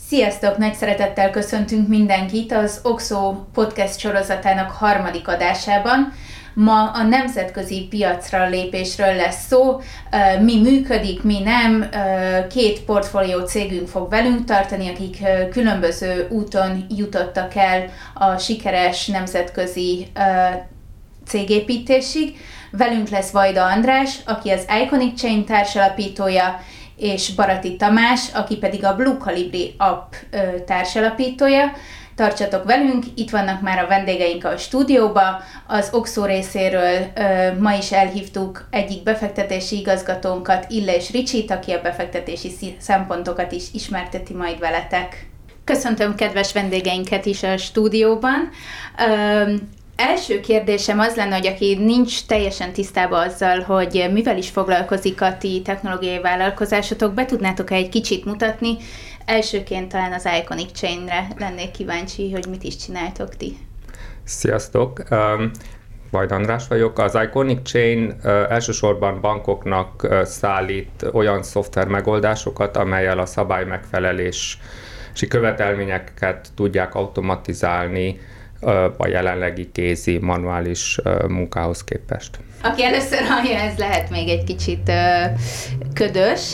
Sziasztok! Nagy szeretettel köszöntünk mindenkit az OXO podcast sorozatának 3. adásában. Ma a nemzetközi piacra lépésről lesz szó, mi működik, mi nem. 2 portfólió cégünk fog velünk tartani, akik különböző úton jutottak el a sikeres nemzetközi cégépítésig. Velünk lesz Vajda András, aki az Iconic Chain társalapítója, és Barati Tamás, aki pedig a Blue Calibri app társalapítója. Tartsatok velünk, itt vannak már a vendégeink a stúdióba. Az OXO részéről ma is elhívtuk egyik befektetési igazgatónkat, Illés Ricsit, aki a befektetési szempontokat is ismerteti majd veletek. Köszöntöm kedves vendégeinket is a stúdióban. Első kérdésem az lenne, hogy aki nincs teljesen tisztában azzal, hogy mivel is foglalkozik a ti technológiai vállalkozásotok, be tudnátok egy kicsit mutatni? Elsőként talán az Iconic Chainre lennék kíváncsi, hogy mit is csináltok ti. Sziasztok! Vajda András vagyok. Az Iconic Chain elsősorban bankoknak szállít olyan szoftver megoldásokat, amellyel a szabálymegfelelési követelményeket tudják automatizálni a jelenlegi kézi, manuális munkához képest. Aki először hallja, ez lehet még egy kicsit ködös,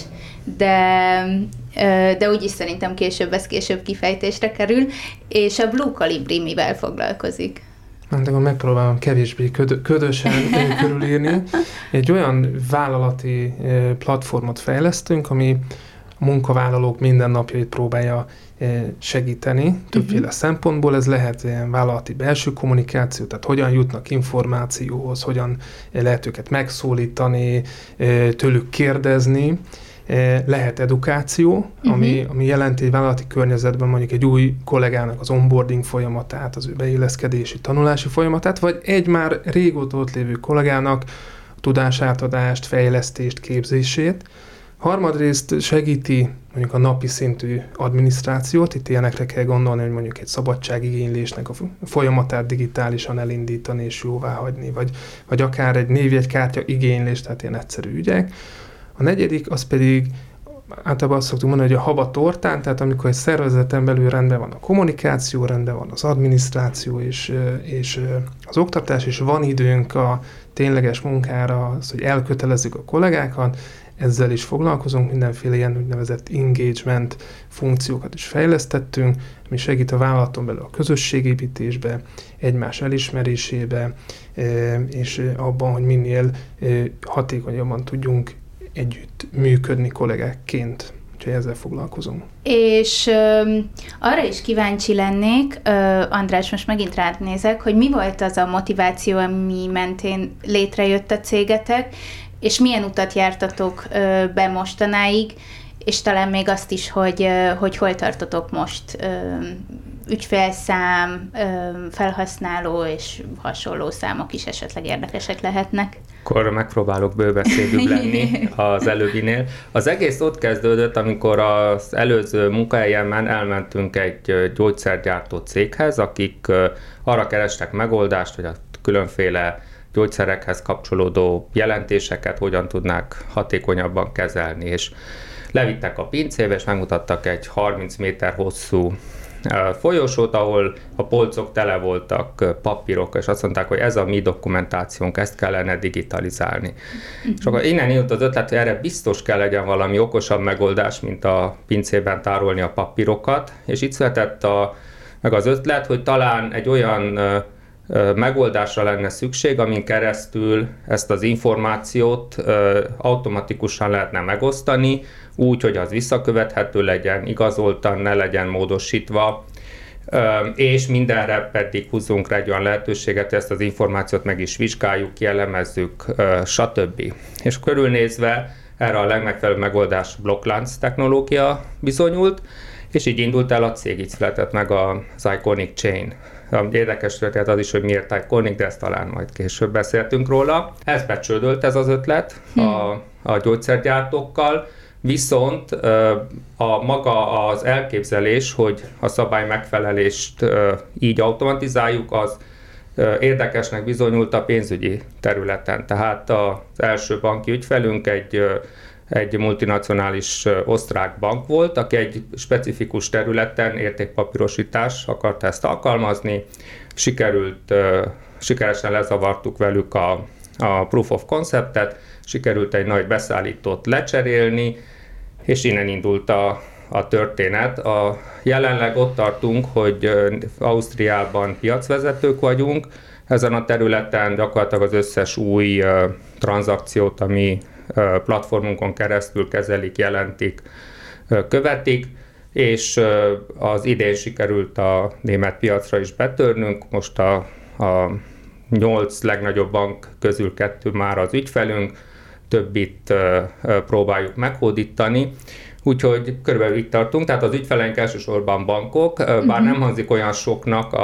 de úgyis szerintem később kifejtésre kerül. És a Blue Calibri mivel foglalkozik? Akkor megpróbálom kevésbé ködösen körülírni. Egy olyan vállalati platformot fejlesztünk, ami a munkavállalók mindennapjait próbálja segíteni többféle szempontból. Ez lehet ilyen vállalati belső kommunikáció, tehát hogyan jutnak információhoz, hogyan lehet őket megszólítani, tőlük kérdezni. Lehet edukáció, ami jelenti egy vállalati környezetben mondjuk egy új kollégának az onboarding folyamatát, az ő beilleszkedési, tanulási folyamatát, vagy egy már régóta ott lévő kollégának tudásátadást, fejlesztést, képzését. Harmadrészt segíti mondjuk a napi szintű adminisztrációt, itt ilyenekre kell gondolni, hogy mondjuk egy szabadságigénylésnek a folyamatát digitálisan elindítani és jóváhagyni, vagy akár egy névjegykártya igénylés, tehát ilyen egyszerű ügyek. A negyedik, az pedig általában azt szoktuk mondani, hogy a haba tortán, tehát amikor egy szervezeten belül rendben van a kommunikáció, rendben van az adminisztráció és az oktatás, és van időnk a tényleges munkára, az, hogy elkötelezzük a kollégákat, ezzel is foglalkozunk, mindenféle ilyen úgynevezett engagement funkciókat is fejlesztettünk, ami segít a vállalaton belül a közösségépítésbe, egymás elismerésébe, és abban, hogy minél hatékonyabban tudjunk együtt működni kollégákként. Úgyhogy ezzel foglalkozunk. És arra is kíváncsi lennék, András, most megint rád nézek, hogy mi volt az a motiváció, ami mentén létrejött a cégetek, és milyen utat jártatok be mostanáig, és talán még azt is, hogy hol tartotok most ügyfélszám, felhasználó és hasonló számok is esetleg érdekesek lehetnek. Akkor megpróbálok bőbeszédűbb lenni az előbbinél. Az egész ott kezdődött, amikor az előző munkahelyemen elmentünk egy gyógyszergyártó céghez, akik arra kerestek megoldást, hogy a különféle gyógyszerekhez kapcsolódó jelentéseket hogyan tudnák hatékonyabban kezelni, és levittek a pincébe, és megmutattak egy 30 méter hosszú folyosót, ahol a polcok tele voltak papírokkal, és azt mondták, hogy ez a mi dokumentációnk, ezt kellene digitalizálni. És akkor innen jött az ötlet, hogy erre biztos kell legyen valami okosabb megoldás, mint a pincében tárolni a papírokat, és itt született meg az ötlet, hogy talán egy olyan megoldásra lenne szükség, amin keresztül ezt az információt automatikusan lehetne megosztani, úgy, hogy az visszakövethető legyen, igazoltan, ne legyen módosítva, és mindenre pedig húzzunk rá egy olyan lehetőséget, hogy ezt az információt meg is vizsgáljuk, kielemezzük, stb. És körülnézve erre a legmegfelelőbb megoldás blokklánc technológia bizonyult, és így indult el a cég, így született meg az Iconic Chain. Érdekes történet az is, hogy miért Iconic, de ezt talán majd később beszéltünk róla. Ez becsődölt ez az ötlet a gyógyszergyártókkal, viszont a maga az elképzelés, hogy a szabály megfelelést így automatizáljuk, az érdekesnek bizonyult a pénzügyi területen. Tehát az első banki ügyfelünk egy multinacionális osztrák bank volt, aki egy specifikus területen értékpapírosítás akarta ezt alkalmazni. Sikeresen lezavartuk velük a proof of concept-et, sikerült egy nagy beszállítót lecserélni, és innen indult a történet. Jelenleg ott tartunk, hogy Ausztriában piacvezetők vagyunk. Ezen a területen gyakorlatilag az összes új tranzakciót, ami platformunkon keresztül kezelik, jelentik, követik, és az idén sikerült a német piacra is betörnünk. Most a 8 legnagyobb bank közül 2 már az ügyfelünk, többit próbáljuk meghódítani. Úgyhogy körülbelül itt tartunk, tehát az ügyfeleink elsősorban bankok, bár nem hangzik olyan soknak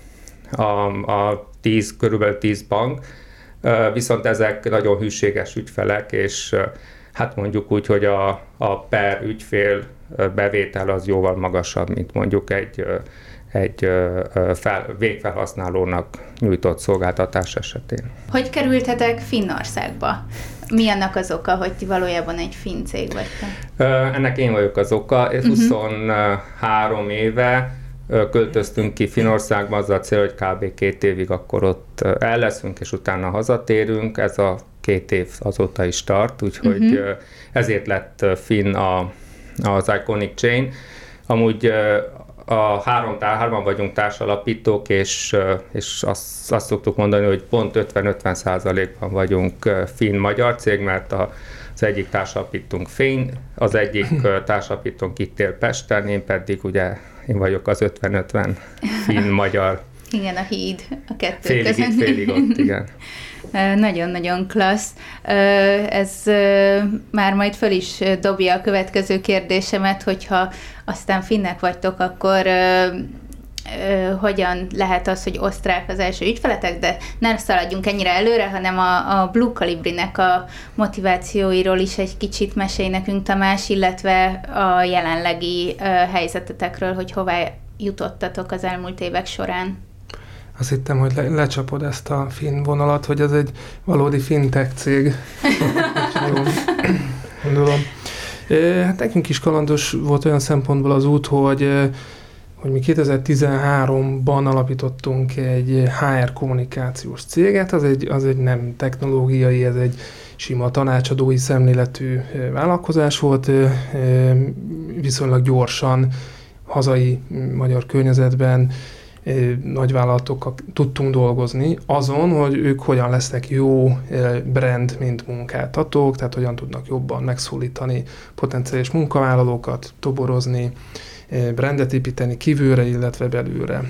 körülbelül 10 bank, viszont ezek nagyon hűséges ügyfelek, és hát mondjuk úgy, hogy a per ügyfél bevétel az jóval magasabb, mint mondjuk egy végfelhasználónak nyújtott szolgáltatás esetén. Hogy kerültetek Finnországba? Mi annak az oka, hogy ti valójában egy finn cég vagytok? Ennek én vagyok az oka. 23 éve költöztünk ki Finnországba, az a cél, hogy kb. 2 évig akkor ott el leszünk, és utána hazatérünk. Ez a 2 év azóta is tart, úgyhogy ezért lett finn az Iconic Chain. Amúgy hárman vagyunk társalapítók, és azt szoktuk mondani, hogy pont 50-50%-ban vagyunk finn-magyar cég, mert az egyik társalapítónk az egyik társalapítónk itt él Pesten, én pedig ugye én vagyok az 50-50 finn-magyar. Igen, a híd a kettő között. Félig ott, igen. Nagyon-nagyon klassz. Ez már majd föl is dobja a következő kérdésemet, hogyha aztán finnek vagytok, akkor hogyan lehet az, hogy osztrák az első ügyfeletek, de ne szaladjunk ennyire előre, hanem a Blue Colibri-nek a motivációiról is egy kicsit mesélj nekünk, Tamás, illetve a jelenlegi helyzetetekről, hogy hová jutottatok az elmúlt évek során. Azt hittem, hogy lecsapod ezt a finn vonalat, hogy ez egy valódi fintech cég. Gondolom. Hát nekünk is kalandos volt olyan szempontból az út, hogy mi 2013-ban alapítottunk egy HR kommunikációs céget, az egy nem technológiai, ez egy sima tanácsadói szemléletű vállalkozás volt, viszonylag gyorsan hazai magyar környezetben nagyvállalatokkal tudtunk dolgozni azon, hogy ők hogyan lesznek jó brand, mint munkáltatók, tehát hogyan tudnak jobban megszólítani potenciális munkavállalókat, toborozni, brandet építeni kívülre, illetve belülre.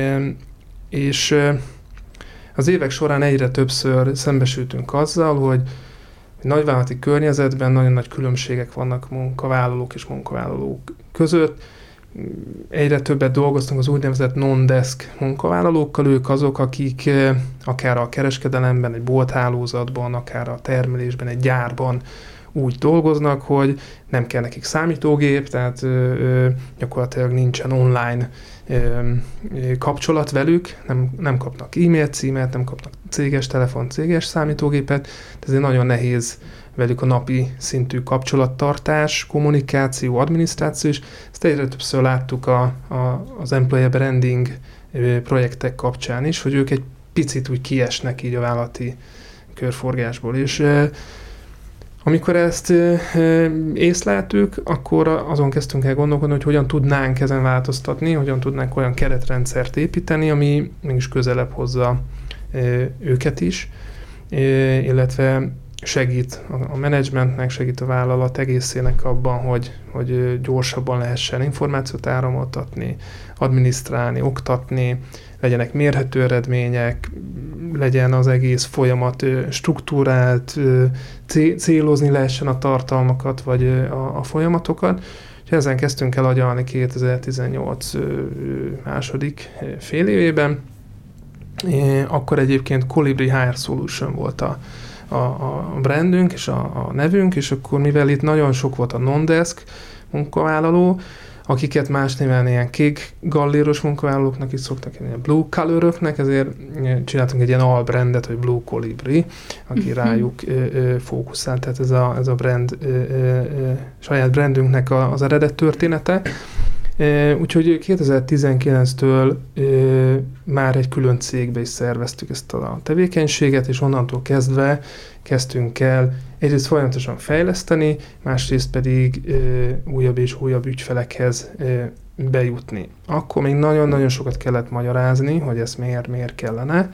És az évek során egyre többször szembesültünk azzal, hogy nagyvállalati környezetben nagyon nagy különbségek vannak munkavállalók és munkavállalók között. Egyre többet dolgoztunk az úgynevezett non-desk munkavállalókkal, ők azok, akik akár a kereskedelemben, egy bolthálózatban, akár a termelésben, egy gyárban úgy dolgoznak, hogy nem kell nekik számítógép, tehát gyakorlatilag nincsen online kapcsolat velük, nem kapnak e-mail címet, nem kapnak céges telefon, céges számítógépet, ezért nagyon nehéz velük a napi szintű kapcsolattartás, kommunikáció, adminisztráció, és ezt egyre többször láttuk az employer branding projektek kapcsán is, hogy ők egy picit úgy kiesnek így a vállalati körforgásból, és amikor ezt észleltük, akkor azon kezdtünk el gondolkodni, hogy hogyan tudnánk ezen változtatni, hogyan tudnánk olyan keretrendszert építeni, ami mégis közelebb hozza őket is, illetve segít a menedzsmentnek, segít a vállalat egészének abban, hogy gyorsabban lehessen információt áramoltatni, adminisztrálni, oktatni, legyenek mérhető eredmények, legyen az egész folyamat struktúrált, célozni lehessen a tartalmakat, vagy a folyamatokat. Úgyhogy ezen kezdtünk el agyalni 2018 második fél évében. Akkor egyébként Colibri HR Solution volt a brandünk és a nevünk, és akkor mivel itt nagyon sok volt a non-desk munkavállaló, akiket más néven ilyen kék galléros munkavállalóknak is szoktak, ilyen blue coloröknek, ezért csináltunk egy ilyen albrandet, hogy Blue Colibri, aki rájuk fókuszál, tehát ez a brand, saját brandünknek az eredet története. Úgyhogy 2019-től már egy külön cégbe is szerveztük ezt a tevékenységet, és onnantól kezdve kezdtünk el egyrészt folyamatosan fejleszteni, másrészt pedig újabb és újabb ügyfelekhez bejutni. Akkor még nagyon-nagyon sokat kellett magyarázni, hogy ez miért kellene.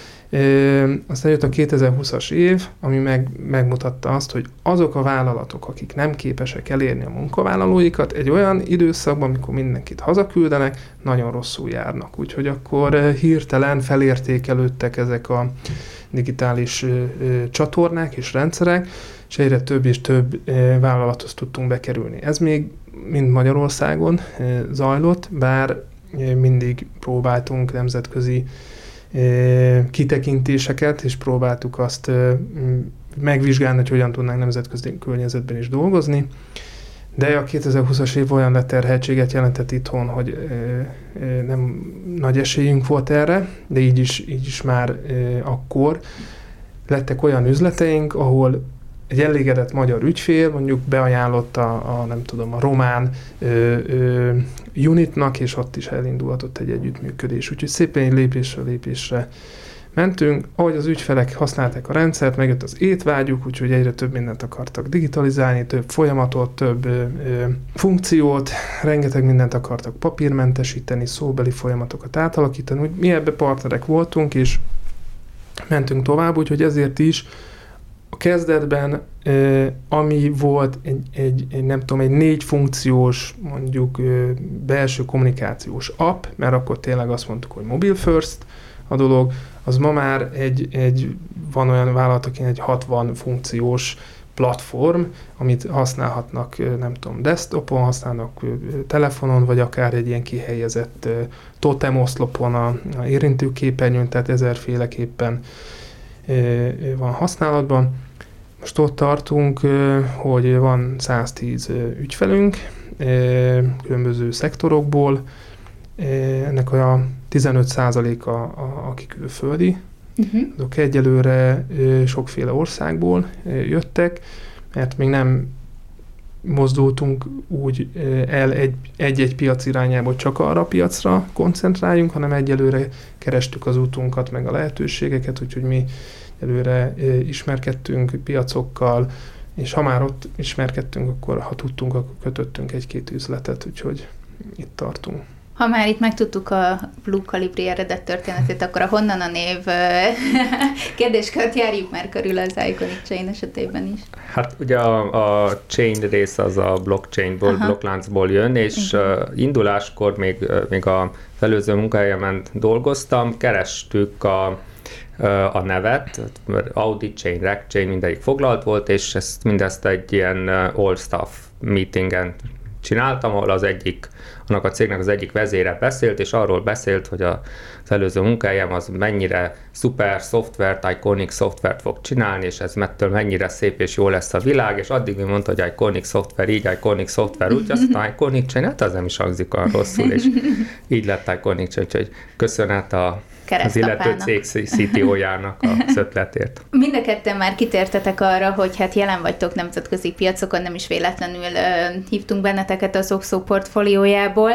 Aztán jött a 2020-as év, ami megmutatta azt, hogy azok a vállalatok, akik nem képesek elérni a munkavállalóikat, egy olyan időszakban, amikor mindenkit hazaküldenek, nagyon rosszul járnak. Úgyhogy akkor hirtelen felértékelődtek ezek a digitális csatornák és rendszerek, és egyre több és több vállalathoz tudtunk bekerülni. Ez még mind Magyarországon zajlott, bár mindig próbáltunk nemzetközi kitekintéseket, és próbáltuk azt megvizsgálni, hogy hogyan tudnánk nemzetközi környezetben is dolgozni. De a 2020-as év olyan leterheltséget jelentett itthon, hogy nem nagy esélyünk volt erre, de így is már akkor lettek olyan üzleteink, ahol egy elégedett magyar ügyfél mondjuk beajánlotta a román unitnak, és ott is elindulhatott egy együttműködés. Úgyhogy szépen lépésről lépésre mentünk. Ahogy az ügyfelek használták a rendszert, megjött az étvágyuk, úgyhogy egyre több mindent akartak digitalizálni, több folyamatot, több funkciót, rengeteg mindent akartak papírmentesíteni, szóbeli folyamatokat átalakítani. Úgy mi ebbe partnerek voltunk, és mentünk tovább, úgyhogy ezért is a kezdetben, ami volt egy 4 funkciós, mondjuk belső kommunikációs app, mert akkor tényleg azt mondtuk, hogy mobile first a dolog, az ma már van olyan vállalat, aki egy 60 funkciós platform, amit használhatnak, desktopon, használnak telefonon, vagy akár egy ilyen kihelyezett totemoszlopon a érintőképernyőn, tehát ezerféleképpen van használatban. Most ott tartunk, hogy van 110 ügyfelünk különböző szektorokból, ennek a 15%-a aki külföldi, azok egyelőre sokféle országból jöttek, mert még nem mozdultunk úgy el egy-egy piac irányába, hogy csak arra a piacra koncentráljunk, hanem egyelőre kerestük az útunkat, meg a lehetőségeket, úgyhogy mi előre ismerkedtünk piacokkal, és ha már ott ismerkedtünk, akkor ha tudtunk, akkor kötöttünk 1-2 üzletet, úgyhogy itt tartunk. Ha már itt megtudtuk a Blue Colibri eredet történetét, akkor a honnan a név kérdéskört járjuk már körül az Iconic Chain esetében is. Hát ugye a chain rész az a blockchainból, blokkláncból jön, és induláskor még az előző munkahelyemen dolgoztam, kerestük a nevet, Audit Chain, Rec Chain, mindegyik foglalt volt, és mindezt egy ilyen all staff meetingen csináltam, ahol annak a cégnek az egyik vezére beszélt, és arról beszélt, hogy az előző munkahelyem az mennyire szuper szoftvert, Iconic szoftvert fog csinálni, és ez mettől mennyire szép és jó lesz a világ, és addig mi mondta, hogy Iconic szoftver így, Iconic szoftver úgy, aztán Iconic Chain, hát az nem is hangzik olyan rosszul, és így lett Iconic Chain, úgyhogy köszönet az illető cég CTO-jának az ötletért. Mind a ketten már kitértetek arra, hogy hát jelen vagytok nemzetközi piacokon, nem is véletlenül hívtunk benneteket az Oxo portfóliójából,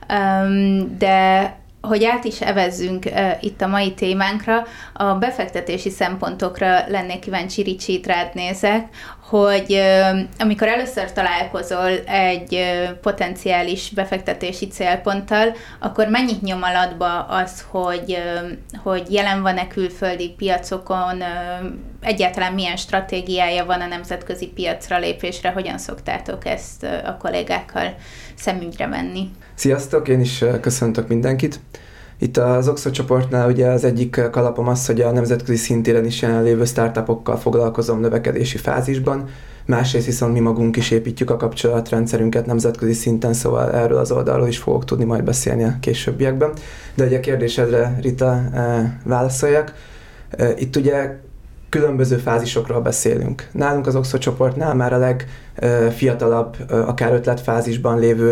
de hogy át is evezzünk itt a mai témánkra, a befektetési szempontokra lennék kíváncsi, Ricsi, itt rád nézek, hogy amikor először találkozol egy potenciális befektetési célponttal, akkor mennyit nyom alatba az, hogy jelen van-e külföldi piacokon, egyáltalán milyen stratégiája van a nemzetközi piacra lépésre, hogyan szoktátok ezt a kollégákkal szemügyre venni? Sziasztok, én is köszöntök mindenkit. Itt az Oxo csoportnál ugye az egyik kalapom az, hogy a nemzetközi szintéren is jelenlévő startupokkal foglalkozom növekedési fázisban, másrészt viszont mi magunk is építjük a kapcsolatrendszerünket nemzetközi szinten, szóval erről az oldalról is fogok tudni majd beszélni a későbbiekben. De ugye a kérdésedre, Rita, válaszoljak. Itt ugye különböző fázisokról beszélünk. Nálunk az Oxo csoportnál már a legfiatalabb, akár ötletfázisban lévő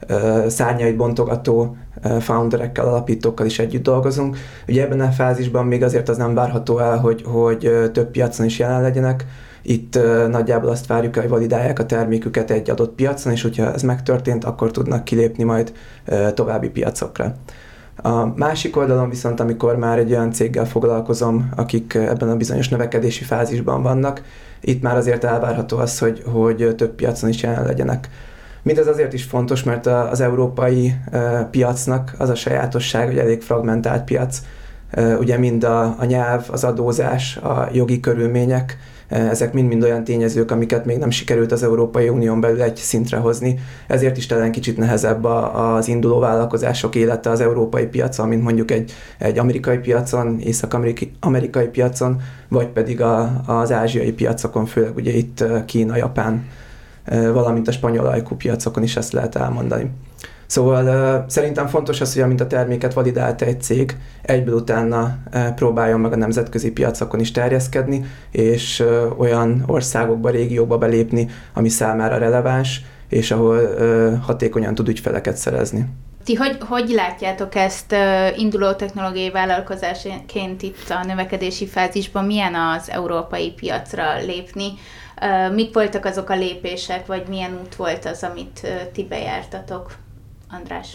szárnyait bontogató founderekkel, alapítókkal is együtt dolgozunk. Ugye ebben a fázisban még azért az nem várható el, hogy több piacon is jelen legyenek. Itt nagyjából azt várjuk, hogy validálják a terméküket egy adott piacon, és hogyha ez megtörtént, akkor tudnak kilépni majd további piacokra. A másik oldalon viszont, amikor már egy olyan céggel foglalkozom, akik ebben a bizonyos növekedési fázisban vannak, itt már azért elvárható az, hogy több piacon is jelen legyenek. Mindez azért is fontos, mert az európai piacnak az a sajátosság, hogy elég fragmentált piac. Ugye mind a nyelv, az adózás, a jogi körülmények, ezek mind-mind olyan tényezők, amiket még nem sikerült az Európai Unión belül egy szintre hozni. Ezért is talán kicsit nehezebb az induló vállalkozások élete az európai piacon, mint mondjuk egy amerikai piacon, észak-amerikai piacon, vagy pedig az ázsiai piacokon, főleg ugye itt Kína, Japán, valamint a spanyol ajkú piacokon is ezt lehet elmondani. Szóval szerintem fontos az, hogy amint a terméket validálta egy cég, egyből utána próbáljon meg a nemzetközi piacokon is terjeszkedni, és olyan országokba, régiókba belépni, ami számára releváns, és ahol hatékonyan tud ügyfeleket szerezni. Ti hogy látjátok ezt induló technológiai vállalkozásként itt a növekedési fázisban? Milyen az európai piacra lépni? Mik voltak azok a lépések, vagy milyen út volt az, amit ti bejártatok? András?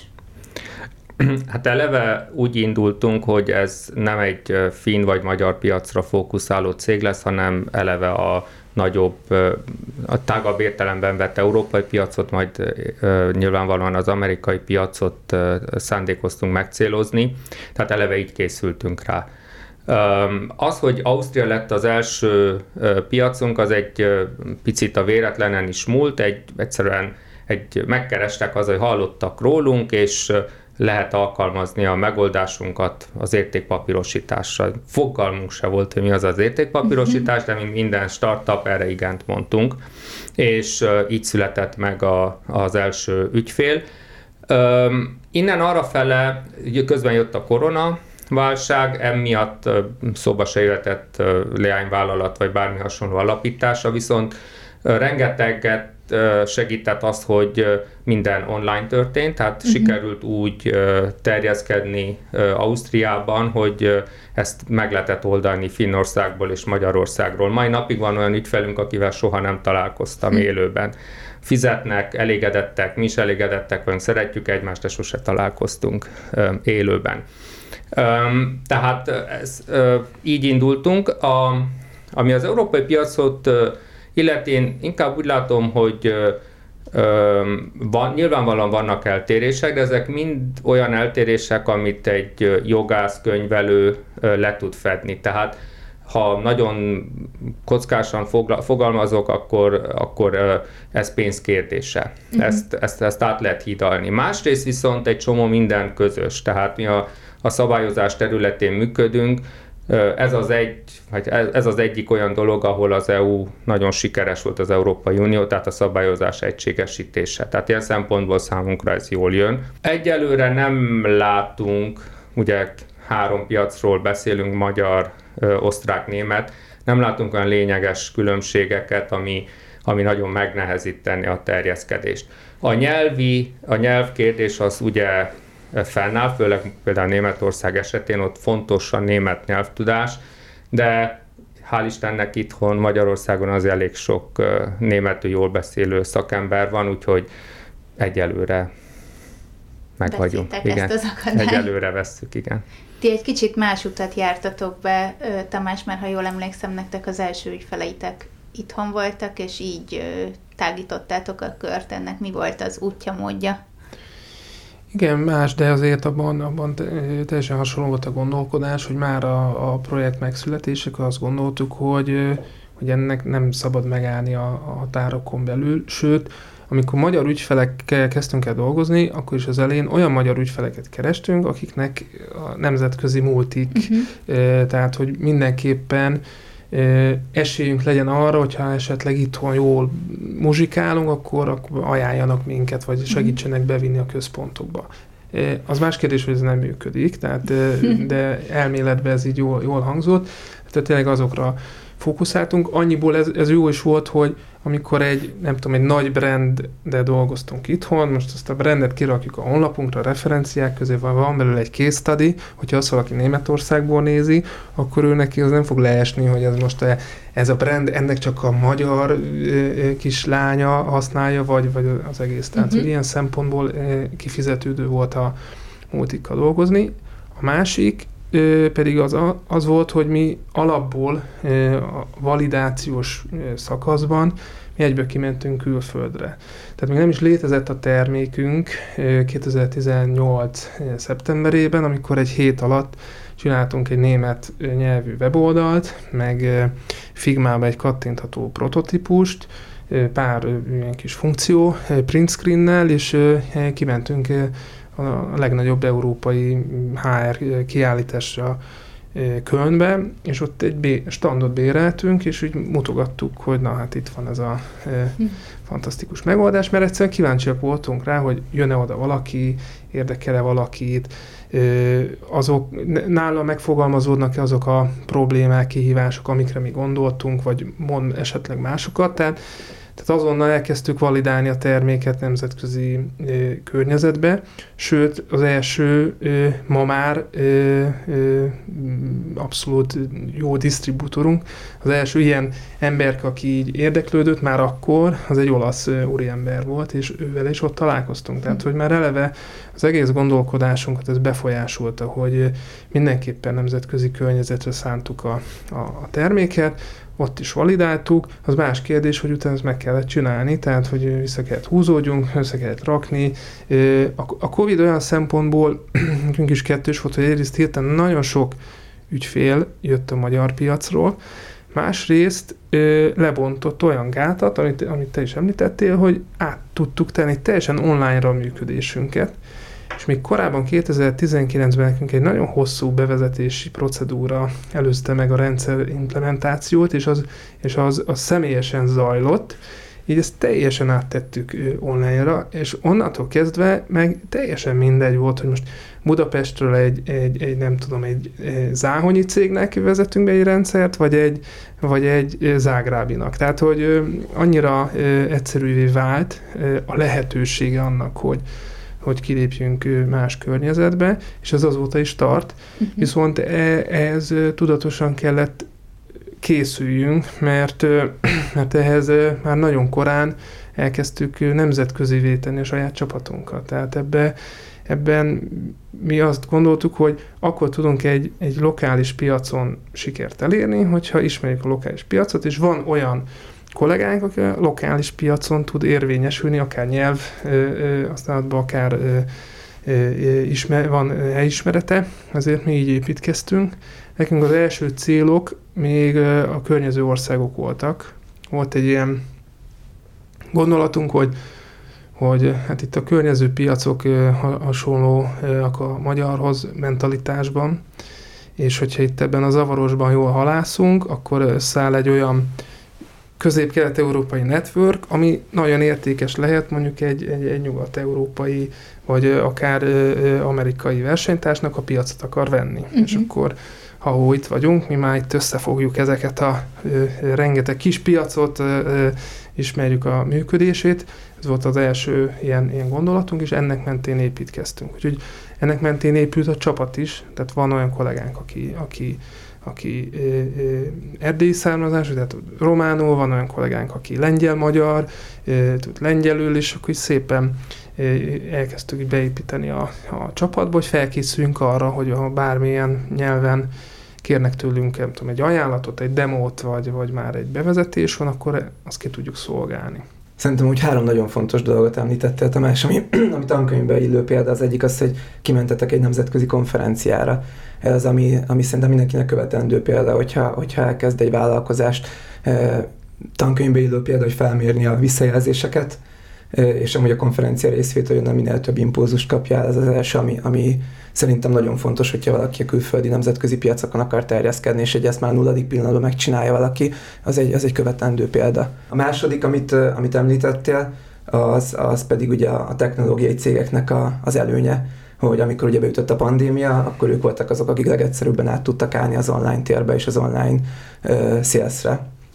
Hát eleve úgy indultunk, hogy ez nem egy finn vagy magyar piacra fókuszáló cég lesz, hanem eleve a nagyobb, a tágabb értelemben vett európai piacot, majd nyilvánvalóan az amerikai piacot szándékoztunk megcélozni, tehát eleve így készültünk rá. Az, hogy Ausztria lett az első piacunk, az egy picit a véletlenen is múlt, egyszerűen megkerestek az, hogy hallottak rólunk, és lehet alkalmazni a megoldásunkat az értékpapírosításra. Fogalmunk se volt, hogy mi az az értékpapírosítás, de mint minden startup erre igent mondtunk, és így született meg az első ügyfél. Innen arrafele közben jött a koronaválság, emiatt szóba se jöhetett leányvállalat vagy bármi hasonló alapítása, viszont rengeteget segített az, hogy minden online történt, tehát sikerült úgy terjeszkedni Ausztriában, hogy ezt meg lehetett oldani Finnországból és Magyarországról. Mai napig van olyan ügyfelünk, akivel soha nem találkoztam élőben. Fizetnek, elégedettek, mi is elégedettek vagyunk, szeretjük egymást, de sose találkoztunk élőben. Tehát így indultunk. Ami az európai piacot illeti, én inkább úgy látom, hogy nyilvánvalóan vannak eltérések, de ezek mind olyan eltérések, amit egy jogász, könyvelő le tud fedni. Tehát ha nagyon kockásan fogalmazok, akkor ez pénz kérdése. Ezt át lehet hidalni. Másrészt viszont egy csomó minden közös. Tehát mi a szabályozás területén működünk. Ez az egyik olyan dolog, ahol az EU nagyon sikeres volt, az Európai Unió, tehát a szabályozás egységesítése. Tehát ilyen szempontból számunkra ez jól jön. Egyelőre nem látunk, ugye 3 piacról beszélünk, magyar, osztrák, német, nem látunk olyan lényeges különbségeket, ami nagyon megnehezíteni a terjeszkedést. A nyelvkérdés az ugye fennáll, főleg például Németország esetén, ott fontos a német nyelvtudás, de hál' Istennek itthon Magyarországon az elég sok németül jól beszélő szakember van, úgyhogy egyelőre meg vagyunk. Igen, ezt az akadályt. Egyelőre vesszük, igen. Ti egy kicsit más utat jártatok be, Tamás, mert ha jól emlékszem, nektek az első ügyfeleitek itthon voltak, és így tágítottátok a kört. Ennek mi volt az útja, módja? Igen, más, de azért abban teljesen hasonló volt a gondolkodás, hogy már a projekt megszületésekor azt gondoltuk, hogy ennek nem szabad megállni a határokon belül, sőt, amikor magyar ügyfelekkel kezdtünk el dolgozni, akkor is az elején olyan magyar ügyfeleket kerestünk, akiknek a nemzetközi multik, tehát hogy mindenképpen esélyünk legyen arra, hogyha esetleg itthon jól muzsikálunk, akkor ajánljanak minket, vagy segítsenek bevinni a központokba. Az más kérdés, hogy ez nem működik, tehát, de elméletben ez így jól hangzott. Tehát tényleg azokra fókuszáltunk. Annyiból ez jó is volt, hogy amikor egy nagy branddel dolgoztunk itthon, most azt a brandet kirakjuk a honlapunkra, a referenciák közé, van belőle egy case study, hogyha azt valaki Németországból nézi, akkor ő neki az nem fog leesni, hogy ez most ez a brand, ennek csak a magyar kislánya használja, vagy az egész. Tehát, hogy ilyen szempontból kifizetődő volt a multikkal dolgozni. A másik pedig az volt, hogy mi alapból a validációs szakaszban mi egyből kimentünk külföldre. Tehát még nem is létezett a termékünk 2018. szeptemberében, amikor egy hét alatt csináltunk egy német nyelvű weboldalt, meg Figmába egy kattintható prototípust, pár ilyen kis funkció, print screennel, és kimentünk a legnagyobb európai HR kiállításra Kölnbe, és ott egy standot béreltünk, és úgy mutogattuk, hogy na hát itt van ez a fantasztikus megoldás, mert egyszerűen kíváncsiak voltunk rá, hogy jön-e oda valaki, érdekel-e valakit, nála megfogalmazódnak-e azok a problémák, kihívások, amikre mi gondoltunk, vagy mond esetleg másokat, tehát azonnal elkezdtük validálni a terméket nemzetközi környezetbe, sőt az első ma már abszolút jó disztribútorunk, az első ilyen emberke, aki így érdeklődött már akkor, az egy olasz úriember volt, és ővel is ott találkoztunk. Tehát, hogy már eleve az egész gondolkodásunkat ez befolyásolta, hogy mindenképpen nemzetközi környezetre szántuk a terméket, ott is validáltuk, az más kérdés, hogy utána ezt meg kellett csinálni, tehát, hogy vissza kellett húzódjunk, össze kellett rakni. A Covid olyan szempontból nekünk is kettős volt, hogy egyrészt hirtelen nagyon sok ügyfél jött a magyar piacról, másrészt lebontott olyan gátat, amit te is említettél, hogy át tudtuk tenni teljesen online-ra a működésünket, és még korábban 2019-ben nekünk egy nagyon hosszú bevezetési procedúra előzte meg a rendszer implementációt, és az személyesen zajlott, így ezt teljesen áttettük online-ra, és onnantól kezdve meg teljesen mindegy volt, hogy most Budapestről egy záhonyi cégnek vezetünk be egy rendszert, vagy egy zágrábinak. Tehát, hogy annyira egyszerűvé vált a lehetősége annak, hogy kilépjünk más környezetbe, és ez azóta is tart. Viszont ehhez tudatosan kellett készüljünk, mert ehhez már nagyon korán elkezdtük nemzetközivé tenni a saját csapatunkat. Tehát ebben mi azt gondoltuk, hogy akkor tudunk egy lokális piacon sikert elérni, hogyha ismerjük a lokális piacot, és van olyan kollégánk, aki a lokális piacon tud érvényesülni, akár nyelv használatban, akár van helyismerete, ezért mi így építkeztünk. Nekünk az első célok még a környező országok voltak. Volt egy ilyen gondolatunk, hogy hát itt a környező piacok hasonlóak a magyarhoz mentalitásban, és hogyha itt ebben a zavarosban jól halászunk, akkor összeáll egy olyan közép-kelet-európai network, ami nagyon értékes lehet mondjuk egy nyugat-európai, vagy akár amerikai versenytársnak a piacot akar venni. És akkor, ha itt vagyunk, mi már itt összefogjuk ezeket a rengeteg kis piacot, ismerjük a működését. Ez volt az első ilyen gondolatunk, és ennek mentén építkeztünk. Úgyhogy ennek mentén épült a csapat is, tehát van olyan kollégánk, aki erdélyi származású, tehát románul, van olyan kollégánk, aki lengyel-magyar, tud lengyelül, és akkor is szépen elkezdtük beépíteni a csapatba, hogy felkészüljünk arra, hogy ha bármilyen nyelven kérnek tőlünk, nem tudom, egy ajánlatot, egy demót, vagy már egy bevezetés van, akkor azt ki tudjuk szolgálni. Szerintem úgy 3 nagyon fontos dolgot említettél, Tamás, ami tankönyvbe illő példa. Az egyik az, hogy kimentetek egy nemzetközi konferenciára. Ez, ami szerintem mindenkinek követendő példa, hogyha elkezd egy vállalkozást, tankönyvbe illő példa, hogy felmérni a visszajelzéseket, és amúgy a konferencia részvételőn minél több impulzust kapja, ez az első, ami szerintem nagyon fontos, hogyha valaki a külföldi nemzetközi piacokon akar terjeszkedni, és ezt már 0. pillanatban megcsinálja valaki, az egy követendő példa. A második, amit említettél, az pedig ugye a technológiai cégeknek az előnye, hogy amikor ugye beütött a pandémia, akkor ők voltak azok, akik legegyszerűbben át tudtak állni az online térbe és az online salesre.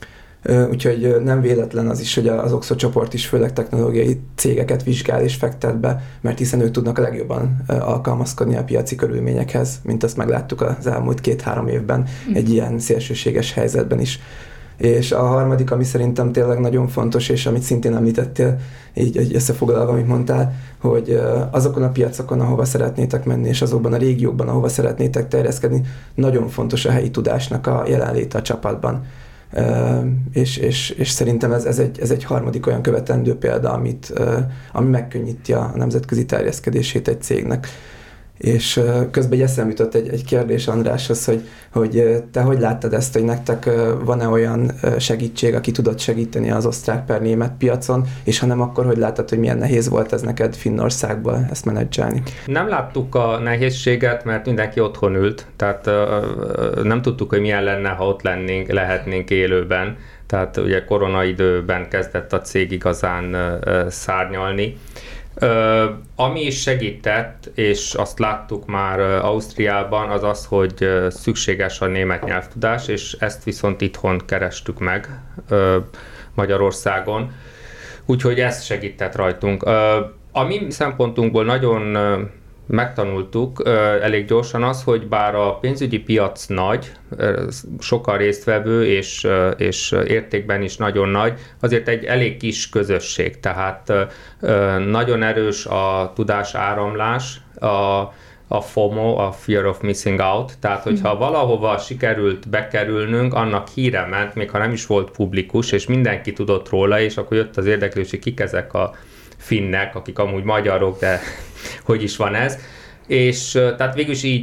Úgyhogy nem véletlen az is, hogy az Oxo csoport is főleg technológiai cégeket vizsgál és fektet be, mert hiszen ők tudnak a legjobban alkalmazkodni a piaci körülményekhez, mint azt megláttuk az elmúlt 2-3 évben egy ilyen szélsőséges helyzetben is. És a harmadik, ami szerintem tényleg nagyon fontos, és amit szintén említettél, így összefoglalva, amit mondtál, hogy azokon a piacokon, ahova szeretnétek menni, és azokban a régiókban, ahova szeretnétek terjeszkedni, nagyon fontos a helyi tudásnak a jelenléte a csapatban. És szerintem ez egy harmadik olyan követendő példa, ami megkönnyíti a nemzetközi terjeszkedését egy cégnek. És közben egy eszembe jutott egy kérdés Andráshoz, hogy te hogy láttad ezt, hogy nektek van-e olyan segítség, aki tudott segíteni az osztrák per német piacon, és ha nem, akkor hogy láttad, hogy milyen nehéz volt ez neked Finnországból ezt menedzselni? Nem láttuk a nehézséget, mert mindenki otthon ült, tehát nem tudtuk, hogy milyen lenne, ha ott lehetnénk élőben. Tehát ugye koronaidőben kezdett a cég igazán szárnyalni. Ami is segített, és azt láttuk már Ausztriában, az az, hogy szükséges a német nyelvtudás, és ezt viszont itthon kerestük meg Magyarországon. Úgyhogy ez segített rajtunk. A mi szempontunkból nagyon megtanultuk elég gyorsan az, hogy bár a pénzügyi piac nagy, sokan résztvevő és értékben is nagyon nagy, azért egy elég kis közösség, tehát nagyon erős a tudásáramlás, a FOMO, a Fear of Missing Out, tehát hogyha valahova sikerült bekerülnünk, annak híre ment, még ha nem is volt publikus, és mindenki tudott róla, és akkor jött az érdeklődés, hogy kik ezek a finnek, akik amúgy magyarok, de hogy is van ez. És tehát végül is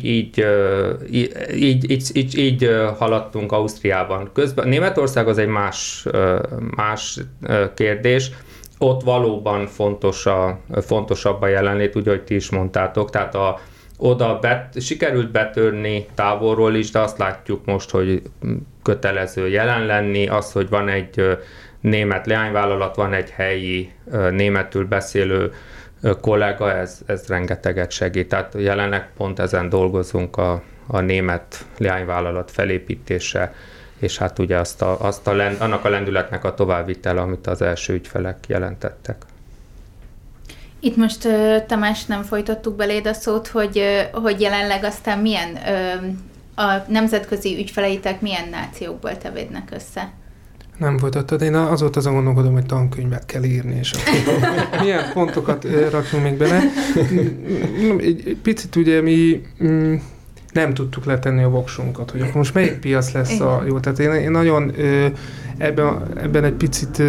így haladtunk Ausztriában. Közben Németország az egy más kérdés. Ott valóban fontosabb a jelenlét, úgy, hogy ti is mondtátok. Tehát oda sikerült betörni távolról is, de azt látjuk most, hogy kötelező jelen lenni. Az, hogy van egy német leányvállalat, van egy helyi németül beszélő kollega, ez rengeteget segít. Tehát jelenleg pont ezen dolgozunk a német leányvállalat felépítése, és hát ugye annak a lendületnek a továbbvitele, amit az első ügyfelek jelentettek. Itt most, Tamás, nem folytattuk beléd a szót, hogy jelenleg aztán milyen a nemzetközi ügyfeleitek milyen nációkból tevédnek össze? Nem folytattad. Én azon gondolkodom, hogy tankönyvet kell írni, és akkor milyen pontokat rakjunk még bele. Egy picit ugye mi nem tudtuk letenni a voksunkat, hogy akkor most melyik piac lesz a jó. Tehát én nagyon ebben egy picit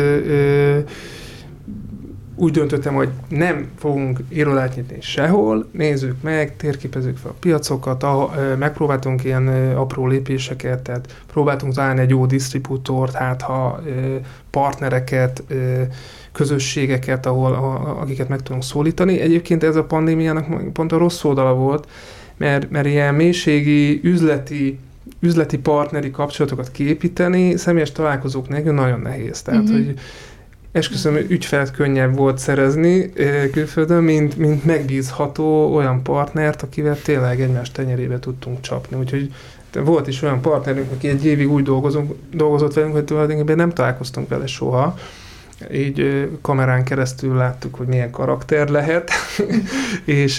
úgy döntöttem, hogy nem fogunk irodát nyitni sehol, nézzük meg, térképezzük fel a piacokat, megpróbáltunk ilyen apró lépéseket, tehát próbáltunk találni egy jó disztribútort, hát ha partnereket, közösségeket, akiket meg tudunk szólítani. Egyébként ez a pandémiának pont a rossz oldala volt, mert ilyen mélységi, üzleti partneri kapcsolatokat kiépíteni, személyes találkozók nélkül nagyon nehéz. Tehát, hogy esküszöm, ügyfelet könnyebb volt szerezni külföldön, mint megbízható olyan partnert, akivel tényleg egymás tenyerébe tudtunk csapni. Úgyhogy volt is olyan partnerünk, aki egy évig úgy dolgozott velünk, hogy tulajdonképpen nem találkoztunk vele soha. Így kamerán keresztül láttuk, hogy milyen karakter lehet, és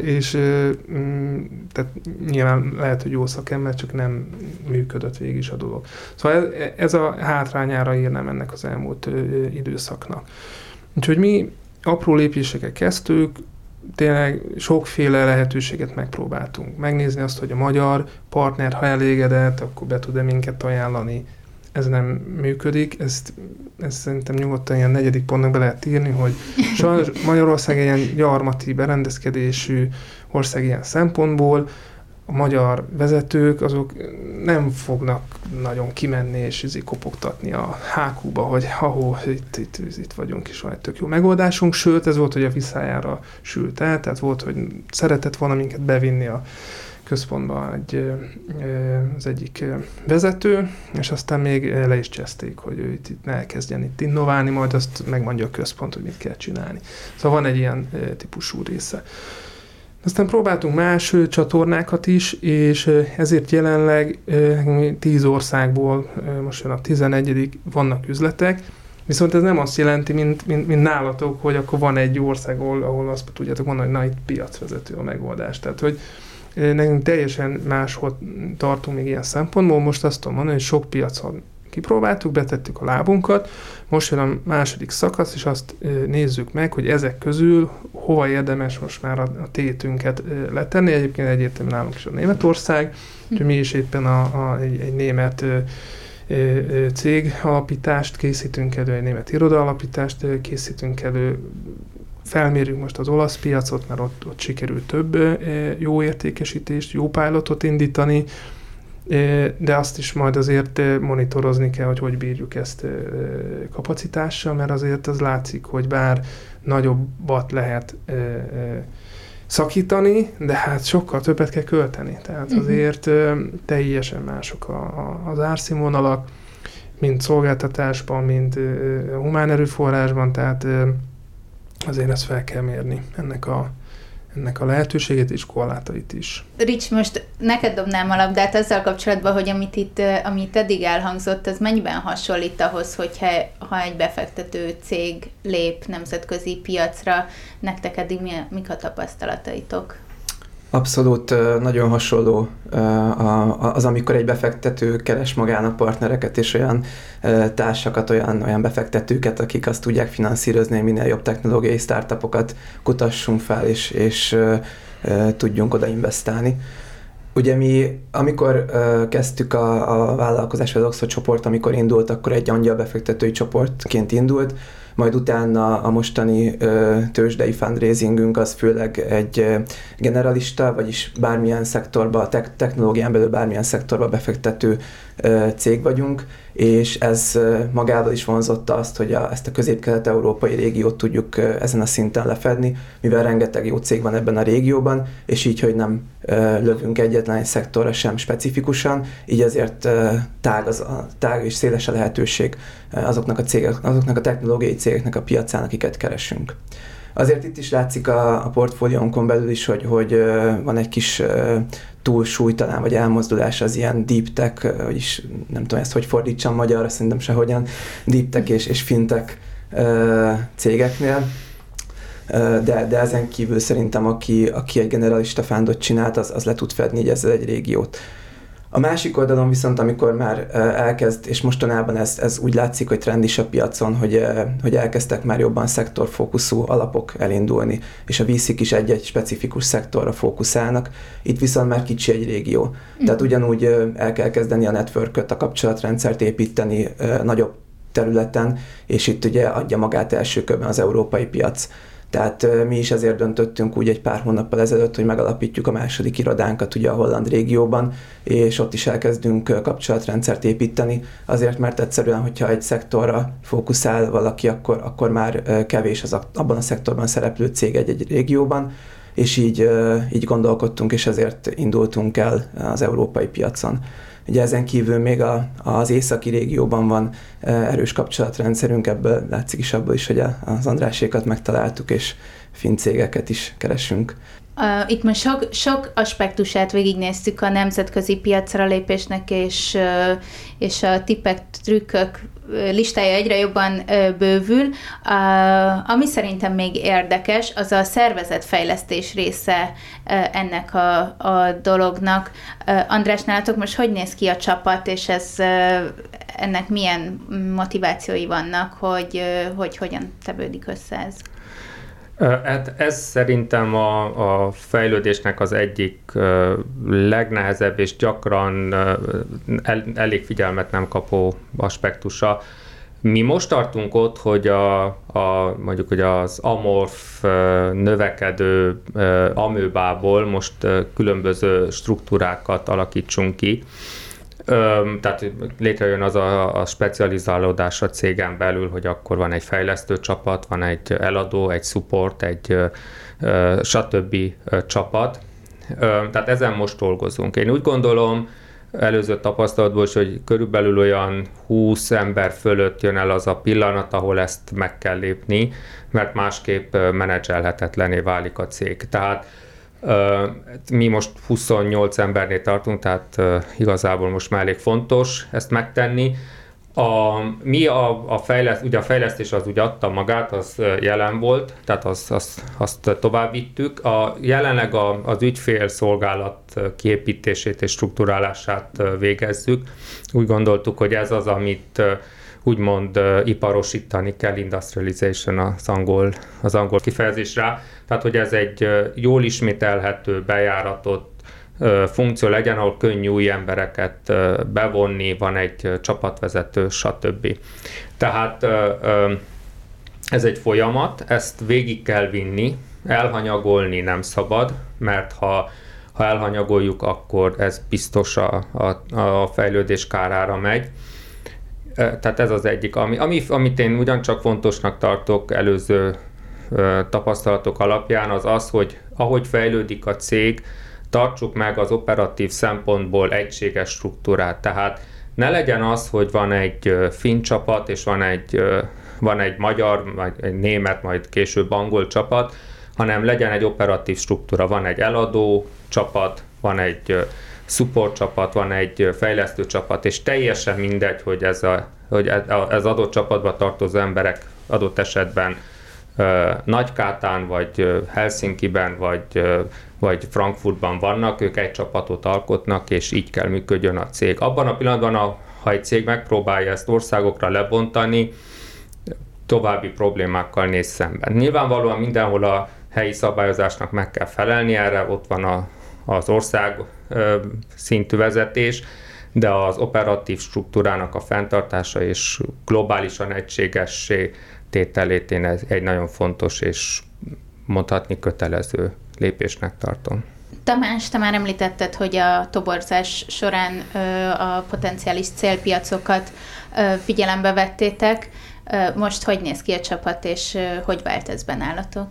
tehát nyilván lehet, hogy jó szakember, csak nem működött végig is a dolog. Szóval ez a hátrányára írnám ennek az elmúlt időszaknak. Úgyhogy mi apró lépéseket kezdtük, tényleg sokféle lehetőséget megpróbáltunk. Megnézni azt, hogy a magyar partner, ha elégedett, akkor be tud-e minket ajánlani. Ez nem működik, ezt szerintem nyugodtan ilyen 4. pontnak be lehet írni, hogy sajnos Magyarország ilyen gyarmati berendezkedésű ország ilyen szempontból, a magyar vezetők azok nem fognak nagyon kimenni és kopogtatni a HQ-ba, hogy itt vagyunk és van egy tök jó megoldásunk, sőt ez volt, hogy a viszájára sült el, tehát volt, hogy szeretett volna minket bevinni a központban az egyik vezető, és aztán még le is cseszték, hogy ő itt elkezdjen itt innoválni, majd azt megmondja a központ, hogy mit kell csinálni. Szóval van egy ilyen típusú része. Aztán próbáltunk más csatornákat is, és ezért jelenleg 10 országból, most jön a 11. vannak üzletek, viszont ez nem azt jelenti, mint nálatok, hogy akkor van egy ország, ahol azt tudjátok mondani, hogy na itt piacvezető a megoldás. Tehát, hogy nekünk teljesen máshol tartunk még ilyen szempontból. Most azt tudom mondani, hogy sok piacon kipróbáltuk, betettük a lábunkat, most jön a második szakasz, és azt nézzük meg, hogy ezek közül hova érdemes most már a tétünket letenni. Egyébként egyértelműen nálunk is a Németország, úgyhogy mi is éppen egy német cég alapítást készítünk elő, egy német iroda alapítást készítünk elő, felmérjük most az olasz piacot, mert ott sikerült több jó értékesítést, jó pilotot indítani, de azt is majd azért monitorozni kell, hogy bírjuk ezt kapacitással, mert azért az látszik, hogy bár nagyobbat lehet szakítani, de hát sokkal többet kell költeni. Tehát azért teljesen mások az árszínvonalak, mind szolgáltatásban, mind humán erőforrásban, tehát azért ezt fel kell mérni, ennek a lehetőségét és korlátait is. Rich, most neked dobnám a labdát azzal kapcsolatban, hogy amit eddig elhangzott, az mennyiben hasonlít ahhoz, ha egy befektető cég lép nemzetközi piacra, nektek eddig mik a tapasztalataitok? Abszolút nagyon hasonló az, amikor egy befektető keres magának partnereket és olyan társakat, olyan befektetőket, akik azt tudják finanszírozni, hogy minél jobb technológiai startupokat kutassunk fel, és tudjunk oda investálni. Ugye mi, amikor kezdtük a vállalkozás, vagy az Oxford csoport, amikor indult, akkor egy angyalbefektetői csoportként indult, majd utána a mostani tőzsdei fundraisingünk az főleg egy generalista, vagyis bármilyen szektorba, technológián belül bármilyen szektorba befektető cég vagyunk, és ez magával is vonzotta azt, hogy ezt a közép-kelet-európai régiót tudjuk ezen a szinten lefedni, mivel rengeteg jó cég van ebben a régióban, és így, hogy nem lövünk egyetlen egy szektorra sem specifikusan, így azért tág és széles a lehetőség azoknak a technológiai cégeknek a piacán, akiket keresünk. Azért itt is látszik a portfóliónkon belül is, hogy van egy kis túlsúly talán, vagy elmozdulás az ilyen deep tech, vagyis nem tudom ezt, hogy fordítsam magyarra, szerintem sehogyan, deep tech és fintech cégeknél. De ezen kívül szerintem, aki egy generalista fundot csinált, az le tud fedni így ezzel egy régiót. A másik oldalon viszont, amikor már elkezd, és mostanában ez úgy látszik, hogy trend is a piacon, hogy elkezdtek már jobban szektorfókuszú alapok elindulni, és a VC-k is egy-egy specifikus szektorra fókuszálnak, itt viszont már kicsi egy régió. Tehát ugyanúgy el kell kezdeni a networköt, a kapcsolatrendszert építeni nagyobb területen, és itt ugye adja magát első körben az európai piac. Tehát mi is ezért döntöttünk úgy egy pár hónappal ezelőtt, hogy megalapítjuk a második irodánkat ugye a holland régióban, és ott is elkezdünk kapcsolatrendszert építeni, azért mert egyszerűen, hogyha egy szektorra fókuszál valaki, akkor már kevés az abban a szektorban szereplő cég egy régióban, és így gondolkodtunk, és ezért indultunk el az európai piacon. Ugye ezen kívül még az északi régióban van erős kapcsolatrendszerünk, ebből látszik is abból is, hogy az Andrásékat megtaláltuk, és finn cégeket is keresünk. Itt most sok aspektusát végignéztük a nemzetközi piacra lépésnek, és a tippek, trükkök listája egyre jobban bővül. Ami szerintem még érdekes, az a szervezetfejlesztés része ennek a dolognak. András, nálatok most hogy néz ki a csapat, és ennek milyen motivációi vannak, hogy hogyan tevődik össze ez? Hát ez szerintem a fejlődésnek az egyik legnehezebb és gyakran elég figyelmet nem kapó aspektusa. Mi most tartunk ott, hogy mondjuk hogy az amorf növekedő amöbából most különböző struktúrákat alakítsunk ki. Tehát létrejön az a specializálódás a cégen belül, hogy akkor van egy fejlesztő csapat, van egy eladó, egy support, egy stb. Csapat. Tehát ezen most dolgozunk. Én úgy gondolom, előző tapasztalatból is, hogy körülbelül olyan 20 ember fölött jön el az a pillanat, ahol ezt meg kell lépni, mert másképp menedzselhetetlené válik a cég. Tehát Mi most 28 embernél tartunk, tehát igazából most már elég fontos ezt megtenni. Ugye a fejlesztés az úgy adta magát, az jelen volt, tehát azt tovább vittük. Jelenleg az ügyfélszolgálat kiépítését és strukturálását végezzük. Úgy gondoltuk, hogy ez az, amit úgymond iparosítani kell, industrialization az angol kifejezés rá. Tehát, hogy ez egy jól ismételhető, bejáratott funkció legyen, ahol könnyű új embereket bevonni, van egy csapatvezető, stb. Tehát ez egy folyamat, ezt végig kell vinni, elhanyagolni nem szabad, mert ha elhanyagoljuk, akkor ez biztos a fejlődés kárára megy. Tehát ez az egyik. Amit én ugyancsak fontosnak tartok előző tapasztalatok alapján, az, hogy ahogy fejlődik a cég, tartsuk meg az operatív szempontból egységes struktúrát. Tehát ne legyen az, hogy van egy finn csapat, és van egy magyar, vagy egy német, majd később angol csapat, hanem legyen egy operatív struktúra. Van egy eladó csapat, van egy support csapat, van egy fejlesztő csapat, és teljesen mindegy, hogy ez adott csapatba tartozó emberek adott esetben Nagykátán, vagy Helsinkiben, vagy Frankfurtban vannak, ők egy csapatot alkotnak, és így kell működjön a cég. Abban a pillanatban, ha egy cég megpróbálja ezt országokra lebontani, további problémákkal néz szemben. Nyilvánvalóan mindenhol a helyi szabályozásnak meg kell felelni, erre ott van az ország szintű vezetés, de az operatív struktúrának a fenntartása és globálisan egységessé tételétén ez egy nagyon fontos és mondhatni kötelező lépésnek tartom. Tamás, te már említetted, hogy a toborzás során a potenciális célpiacokat figyelembe vettétek. Most hogy néz ki a csapat, és hogy vált ez bennálatok?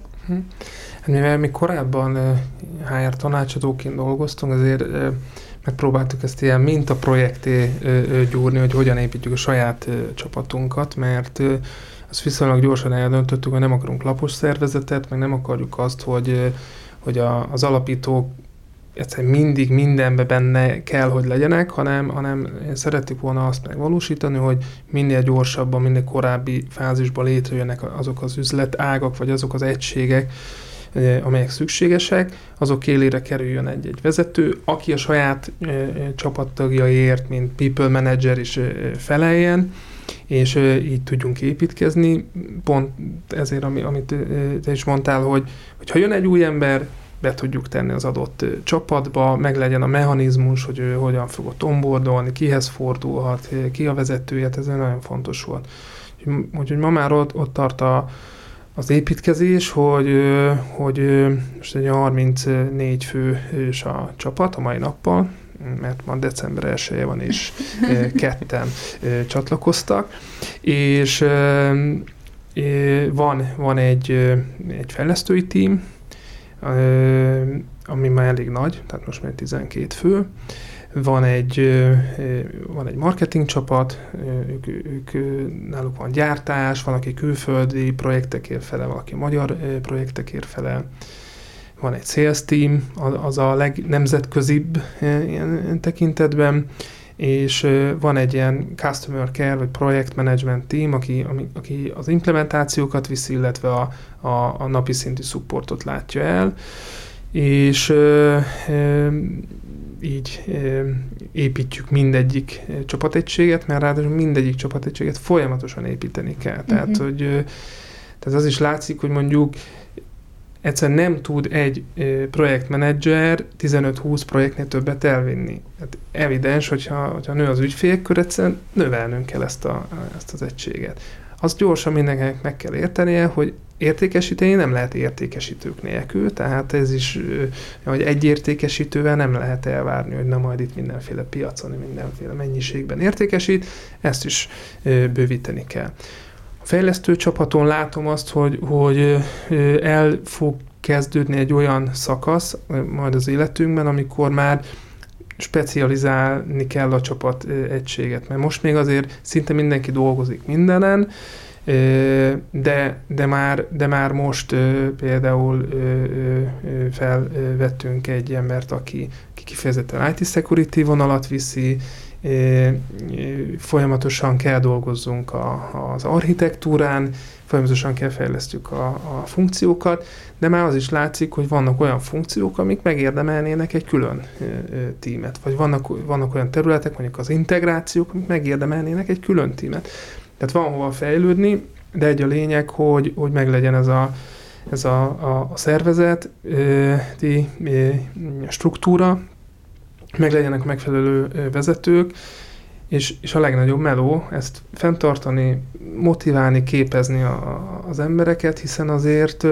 Mivel mi korábban HR tanácsadóként dolgoztunk, azért megpróbáltuk ezt ilyen mintaprojekté gyúrni, hogy hogyan építjük a saját csapatunkat, mert azt viszonylag gyorsan eldöntöttük, hogy nem akarunk lapos szervezetet, meg nem akarjuk azt, hogy az alapítók egyszerűen mindig mindenbe benne kell, hogy legyenek, hanem szerettük volna azt megvalósítani, hogy minél gyorsabban, minél korábbi fázisban létrejönnek azok az üzletágak, vagy azok az egységek, amelyek szükségesek, azok élére kerüljön egy vezető, aki a saját csapattagjaiért, mint people manager is feleljen, és így tudjunk építkezni. Pont ezért, amit te is mondtál, hogy ha jön egy új ember, be tudjuk tenni az adott csapatba, meg legyen a mechanizmus, hogy ő hogyan fog ott onboardolni, kihez fordulhat, ki a vezetője, ez nagyon fontos volt. Úgyhogy ma már ott tart az építkezés, hogy most egy 34 fős a csapat a mai nappal, mert ma december 1-e van, és ketten csatlakoztak, és van egy fejlesztői tím, ami már elég nagy, tehát most már 12 fő. Van egy marketing csapat, ők náluk van gyártás, van, aki külföldi projektekért felel, valaki magyar projektekért felel. Van egy sales team, az a legnemzetközibb ilyen tekintetben, és van egy ilyen customer care, vagy project management team, aki az implementációkat viszi, illetve a napi szintű supportot látja el, és így építjük mindegyik csapategységet, mert ráadásul mindegyik csapategységet folyamatosan építeni kell. Tehát az is látszik, hogy mondjuk egyszerűen nem tud egy projektmenedzser 15-20 projektnél többet elvinni. Tehát evidens, hogyha nő az ügyfél, akkor egyszerűen növelnünk kell ezt az egységet. Azt gyorsan mindenkinek meg kell értenie, hogy értékesíteni nem lehet értékesítők nélkül, tehát ez is, hogy egy értékesítővel nem lehet elvárni, hogy na majd itt mindenféle piacon, mindenféle mennyiségben értékesít, ezt is bővíteni kell. A fejlesztő csapaton látom azt, hogy el fog kezdődni egy olyan szakasz majd az életünkben, amikor már specializálni kell a csapat egységet, mert most még azért szinte mindenki dolgozik mindenen, de már most például felvettünk egy embert, aki kifejezetten IT security vonalat viszi, folyamatosan kell dolgozzunk az architektúrán, folyamatosan kell fejlesztjük a funkciókat, de már az is látszik, hogy vannak olyan funkciók, amik megérdemelnének egy külön tímet, vagy vannak olyan területek, mondjuk az integrációk, amik megérdemelnének egy külön tímet. Tehát van hova fejlődni, de egy a lényeg, hogy meglegyen ez a szervezeti struktúra, meglegyenek megfelelő vezetők, és a legnagyobb meló ezt fenntartani, motiválni, képezni az embereket, hiszen azért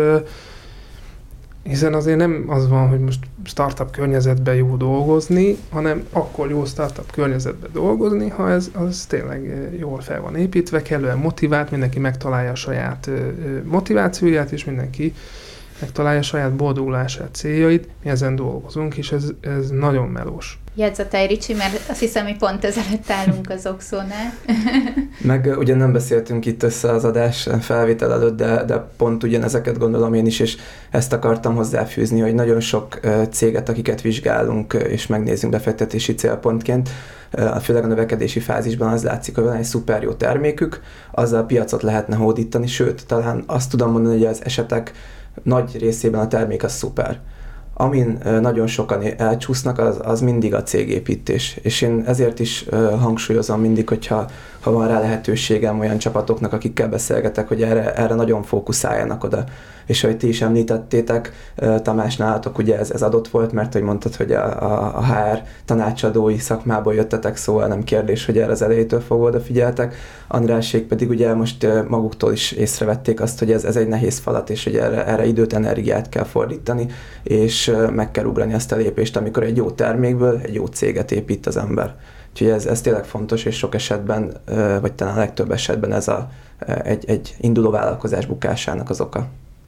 nem az van, hogy most startup környezetben jó dolgozni, hanem akkor jó startup környezetben dolgozni, ha az tényleg jól fel van építve, kellően motivált, mindenki megtalálja a saját motivációját, és mindenki megtalálja a saját boldogulását, céljait, mi ezen dolgozunk, és ez nagyon melós. Jegyzetelj, Ricsi, mert azt hiszem, hogy pont ezelőtt állunk az Oxónál. Meg ugye nem beszéltünk itt össze az adás felvétel előtt, de pont ugyanezeket gondolom én is, és ezt akartam hozzáfűzni, hogy nagyon sok céget, akiket vizsgálunk és megnézünk befektetési célpontként, főleg a növekedési fázisban az látszik, hogy van egy szuper jó termékük, azzal a piacot lehetne hódítani, sőt, talán azt tudom mondani, hogy az esetek nagy részében a termék az szuper. Amin nagyon sokan elcsúsznak, az mindig a cégépítés. És én ezért is hangsúlyozom mindig, hogyha van rá lehetőségem olyan csapatoknak, akikkel beszélgetek, hogy erre nagyon fókuszáljanak oda. És ahogy ti is említettétek, Tamás, nálatok ugye ez adott volt, mert hogy mondtad, hogy a HR tanácsadói szakmából jöttetek, szóval nem kérdés, hogy erre az elejétől fogva odafigyeltek. Andrásék pedig ugye most maguktól is észrevették azt, hogy ez egy nehéz falat, és hogy erre időt, energiát kell fordítani, és meg kell ugrani ezt a lépést, amikor egy jó termékből egy jó céget épít az ember. Úgyhogy ez tényleg fontos, és sok esetben, vagy talán a legtöbb esetben ez egy induló vállalkozás bukásának az oka.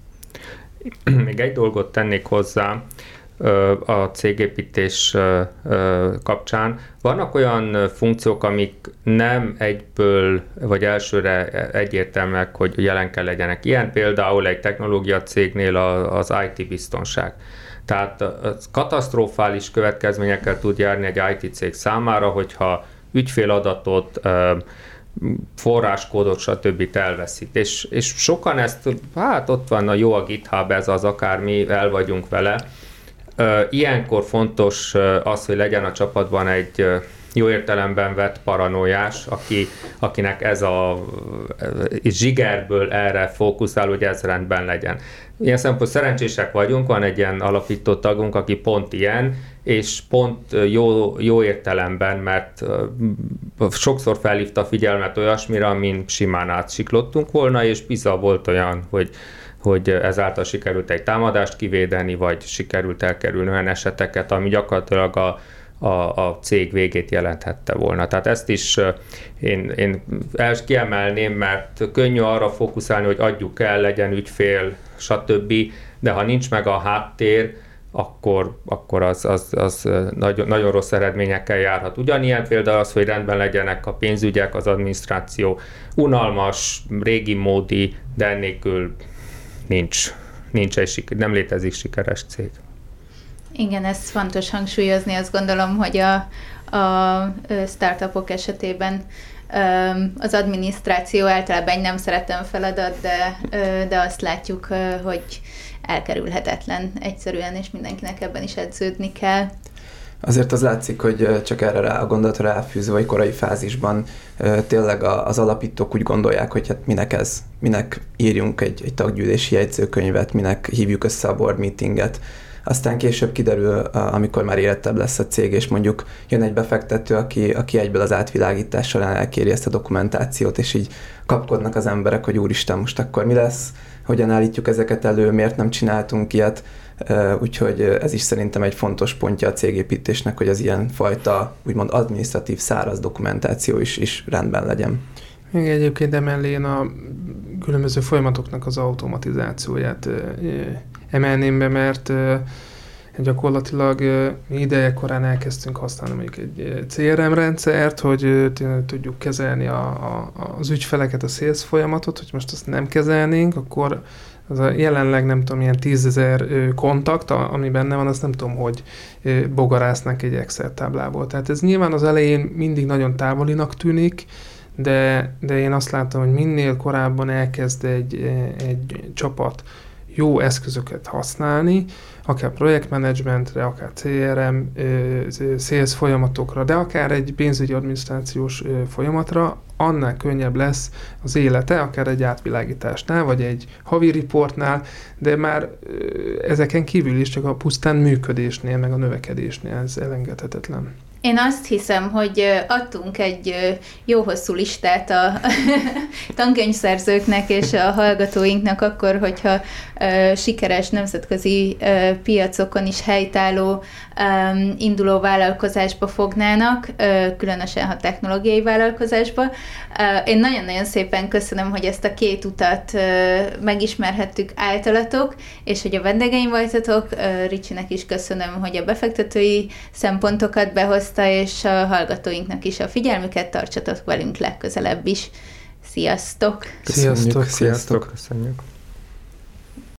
Még egy dolgot tennék hozzá a cégépítés kapcsán. Vannak olyan funkciók, amik nem egyből vagy elsőre egyértelműek, hogy jelen kell legyenek. Ilyen például egy technológia cégnél az IT biztonság. Tehát katasztrofális következményekkel tud járni egy IT cég számára, hogyha ügyféladatot, forráskódot, stb. Elveszít. És sokan ezt, ott van a jó a GitHub, ez az akármi, el vagyunk vele. Ilyenkor fontos az, hogy legyen a csapatban egy jó értelemben vett paranoiás, akinek ez a zsigerből erre fókuszál, hogy ez rendben legyen. Ilyen szempontból szerencsések vagyunk, van egy ilyen alapító tagunk, aki pont ilyen, és pont jó értelemben, mert sokszor felhívta a figyelmet olyasmire, amin simán átsiklottunk volna, és bizony volt olyan, hogy ezáltal sikerült egy támadást kivédeni, vagy sikerült elkerülni olyan eseteket, ami gyakorlatilag a cég végét jelenthette volna. Tehát ezt is én kiemelném, mert könnyű arra fókuszálni, hogy adjuk el, legyen ügyfél, stb. De ha nincs meg a háttér, akkor az nagyon, nagyon rossz eredményekkel járhat. Ugyanilyen például az, hogy rendben legyenek a pénzügyek, az adminisztráció unalmas, régi módi, de ennélkül nem létezik sikeres cég. Igen, ez fontos hangsúlyozni, azt gondolom, hogy a startupok esetében az adminisztráció általában egy nem szeretem feladat, de azt látjuk, hogy elkerülhetetlen egyszerűen, és mindenkinek ebben is edződni kell. Azért az látszik, hogy csak erre a gondolatra ráfűzve, vagy korai fázisban tényleg az alapítók úgy gondolják, hogy hát minek írjunk egy taggyűlési jegyzőkönyvet, minek hívjuk össze a board meetinget. Aztán később kiderül, amikor már érettebb lesz a cég, és mondjuk jön egy befektető, aki egyből az átvilágítás során elkéri ezt a dokumentációt, és így kapkodnak az emberek, hogy úristen, most akkor mi lesz, hogyan állítjuk ezeket elő, miért nem csináltunk ilyet. Úgyhogy ez is szerintem egy fontos pontja a cégépítésnek, hogy az ilyen fajta úgymond adminisztratív száraz dokumentáció is rendben legyen. Még egyébként emellé én a különböző folyamatoknak az automatizációját emelném be, mert Gyakorlatilag mi ideje korán elkezdtünk használni mondjuk egy CRM rendszert, hogy tudjuk kezelni az ügyfeleket, a sales folyamatot, hogy most azt nem kezelnénk, akkor az a jelenleg nem tudom, ilyen 10 000 kontakt, ami benne van, azt nem tudom, hogy bogarásznánk egy Excel táblából. Tehát ez nyilván az elején mindig nagyon távolinak tűnik, de én azt látom, hogy minél korábban elkezd egy csapat jó eszközöket használni, akár projektmenedzsmentre, akár CRM, sales folyamatokra, de akár egy pénzügyi adminisztrációs folyamatra, annál könnyebb lesz az élete, akár egy átvilágításnál, vagy egy havi riportnál, de már ezeken kívül is csak a pusztán működésnél, meg a növekedésnél ez elengedhetetlen. Én azt hiszem, hogy adtunk egy jó hosszú listát a tankönyvszerzőknek és a hallgatóinknak akkor, hogyha sikeres nemzetközi piacokon is helytálló induló vállalkozásba fognának, különösen ha technológiai vállalkozásba. Én nagyon-nagyon szépen köszönöm, hogy ezt a két utat megismerhettük általatok, és hogy a vendégeim voltatok. Ricsinek is köszönöm, hogy a befektetői szempontokat behozta, és a hallgatóinknak is a figyelmüket, tartsatok velünk legközelebb is. Sziasztok! Sziasztok! Sziasztok! Köszönjük!